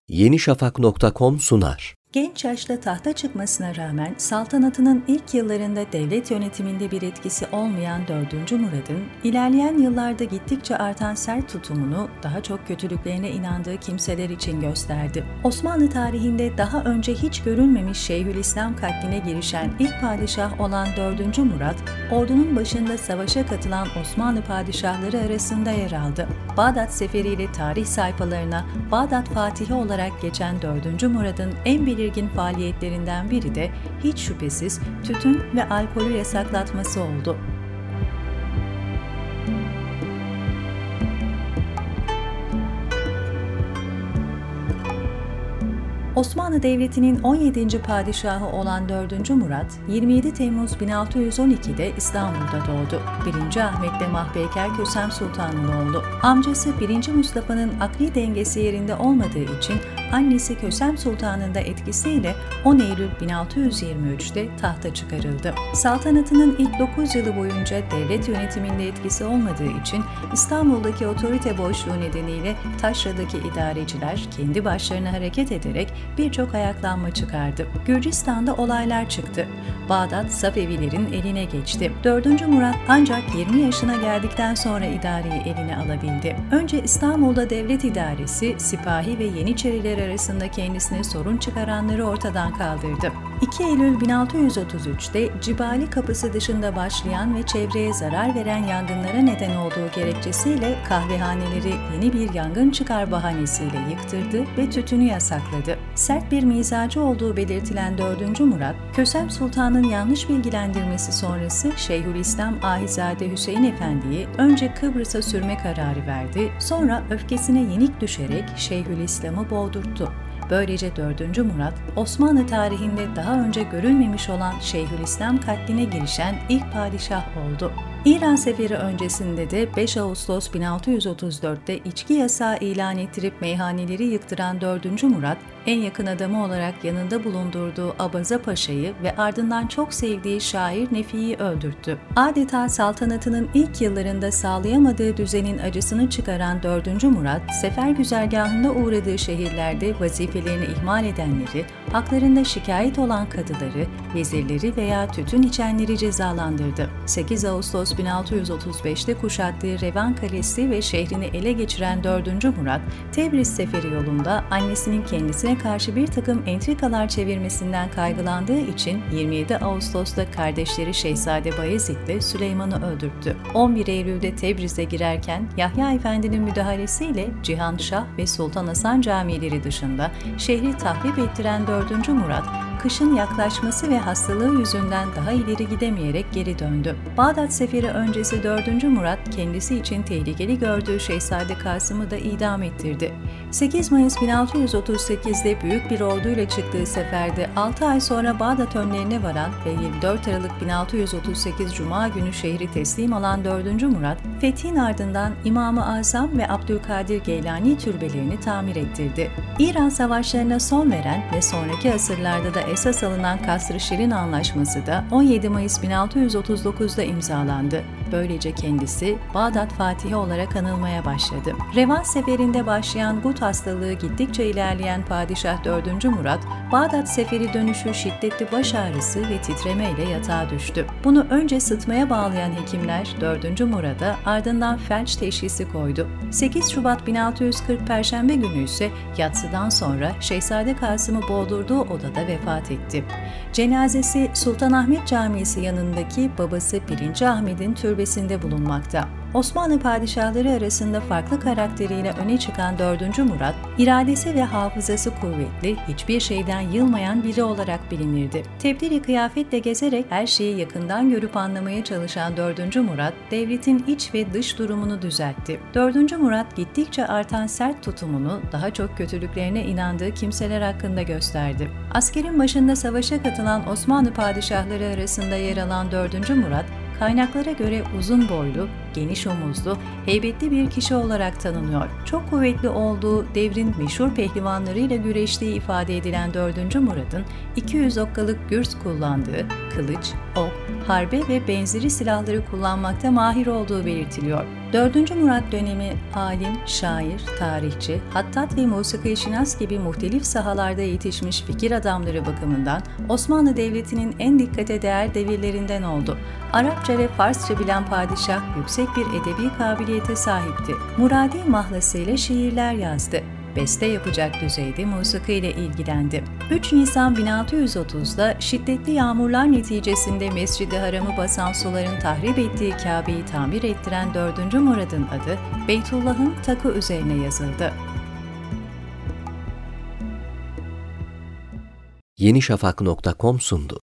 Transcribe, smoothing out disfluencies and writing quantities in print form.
yenişafak.com sunar. Genç yaşta tahta çıkmasına rağmen saltanatının ilk yıllarında devlet yönetiminde bir etkisi olmayan 4. Murad'ın ilerleyen yıllarda gittikçe artan sert tutumunu daha çok kötülüklerine inandığı kimseler için gösterdi. Osmanlı tarihinde daha önce hiç görülmemiş Şeyhülislam katline girişen ilk padişah olan 4. Murad, ordunun başında savaşa katılan Osmanlı padişahları arasında yer aldı. Bağdat Seferiyle tarih sayfalarına Bağdat Fatihi olarak geçen 4. Murad'ın en belirgin faaliyetlerinden biri de hiç şüphesiz tütün ve alkolü yasaklatması oldu. Osmanlı Devleti'nin 17. padişahı olan 4. Murad, 27 Temmuz 1612'de İstanbul'da doğdu. 1. Ahmet de Mahpeyker Kösem Sultan'ın oğlu. Amcası 1. Mustafa'nın akli dengesi yerinde olmadığı için annesi Kösem Sultan'ın da etkisiyle 10 Eylül 1623'te tahta çıkarıldı. Saltanatının ilk 9 yılı boyunca devlet yönetiminde etkisi olmadığı için İstanbul'daki otorite boşluğu nedeniyle Taşra'daki idareciler kendi başlarına hareket ederek birçok ayaklanma çıkardı. Gürcistan'da olaylar çıktı. Bağdat Safevilerin eline geçti. 4. Murad ancak 20 yaşına geldikten sonra idareyi eline alabildi. Önce İstanbul'da devlet idaresi, sipahi ve Yeniçeriler arasında kendisine sorun çıkaranları ortadan kaldırdı. 2 Eylül 1633'te Cibali Kapısı dışında başlayan ve çevreye zarar veren yangınlara neden olduğu gerekçesiyle kahvehaneleri yeni bir yangın çıkar bahanesiyle yıktırdı ve tütünü yasakladı. Sert bir mizacı olduğu belirtilen 4. Murad, Kösem Sultan'ın yanlış bilgilendirmesi sonrası Şeyhülislam Ahizade Hüseyin Efendi'yi önce Kıbrıs'a sürme kararı verdi, sonra öfkesine yenik düşerek Şeyhülislam'ı boğdurttu. Böylece 4. Murad, Osmanlı tarihinde daha önce görülmemiş olan Şeyhülislam katline girişen ilk padişah oldu. İran Seferi öncesinde de 5 Ağustos 1634'te içki yasağı ilan ettirip meyhaneleri yıktıran 4. Murad, en yakın adamı olarak yanında bulundurduğu Abaza Paşa'yı ve ardından çok sevdiği şair Nefi'yi öldürttü. Adeta saltanatının ilk yıllarında sağlayamadığı düzenin acısını çıkaran 4. Murad, sefer güzergahında uğradığı şehirlerde vazifelerini ihmal edenleri, haklarında şikayet olan kadıları, vezirleri veya tütün içenleri cezalandırdı. 8 Ağustos 1635'te kuşattığı Revan Kalesi ve şehrini ele geçiren 4. Murad, Tebriz Seferi yolunda annesinin kendisine karşı bir takım entrikalar çevirmesinden kaygılandığı için 27 Ağustos'ta kardeşleri Şehzade Bayezid ile Süleyman'ı öldürttü. 11 Eylül'de Tebriz'e girerken Yahya Efendi'nin müdahalesiyle Cihan Şah ve Sultan Hasan camileri dışında şehri tahrip ettiren 4. Murad, kışın yaklaşması ve hastalığı yüzünden daha ileri gidemeyerek geri döndü. Bağdat Seferi öncesi 4. Murad kendisi için tehlikeli gördüğü Şehzade Kasım'ı da idam ettirdi. 8 Mayıs 1638'de büyük bir orduyla çıktığı seferde 6 ay sonra Bağdat önlerine varan ve 24 Aralık 1638 Cuma günü şehri teslim alan 4. Murad, fethin ardından İmam-ı Azam ve Abdülkadir Geylani türbelerini tamir ettirdi. İran savaşlarına son veren ve sonraki asırlarda da esas alınan Kasr-ı Şirin Anlaşması da 17 Mayıs 1639'da imzalandı. Böylece kendisi Bağdat Fatihi olarak anılmaya başladı. Revan Seferi'nde başlayan gut hastalığı gittikçe ilerleyen Padişah 4. Murad, Bağdat Seferi dönüşü şiddetli baş ağrısı ve titremeyle yatağa düştü. Bunu önce sıtmaya bağlayan hekimler 4. Murad'a ardından felç teşhisi koydu. 8 Şubat 1640 Perşembe günü ise yatsıdan sonra Şehzade Kasım'ı boğdurduğu odada vefat etti. Cenazesi Sultanahmet Camisi yanındaki babası 1. Ahmet'in türbesinde bulunmakta. Osmanlı padişahları arasında farklı karakteriyle öne çıkan 4. Murad, iradesi ve hafızası kuvvetli, hiçbir şeyden yılmayan biri olarak bilinirdi. Tebdili kıyafetle gezerek her şeyi yakından görüp anlamaya çalışan 4. Murad, devletin iç ve dış durumunu düzeltti. 4. Murad gittikçe artan sert tutumunu daha çok kötülüklerine inandığı kimseler hakkında gösterdi. Askerin başında savaşa katılan Osmanlı padişahları arasında yer alan 4. Murad, kaynaklara göre uzun boylu, geniş omuzlu, heybetli bir kişi olarak tanınıyor. Çok kuvvetli olduğu, devrin meşhur pehlivanlarıyla güreştiği ifade edilen 4. Murad'ın 200 okkalık gürs kullandığı, kılıç, ok, harbe ve benzeri silahları kullanmakta mahir olduğu belirtiliyor. 4. Murad dönemi alim, şair, tarihçi, hattat ve musikişinas gibi muhtelif sahalarda yetişmiş fikir adamları bakımından Osmanlı Devleti'nin en dikkate değer devirlerinden oldu. Arapça ve Farsça bilen padişah yüksek bir edebi kabiliyete sahipti. Muradi mahlasıyla şiirler yazdı. Beste yapacak düzeyde musikiyle ilgilendi. 3 Nisan 1630'da şiddetli yağmurlar neticesinde Mescid-i Haram'ı basan suların tahrip ettiği Kabe'yi tamir ettiren 4. Murad'ın adı Beytullah'ın takı üzerine yazıldı. yenişafak.com sundu.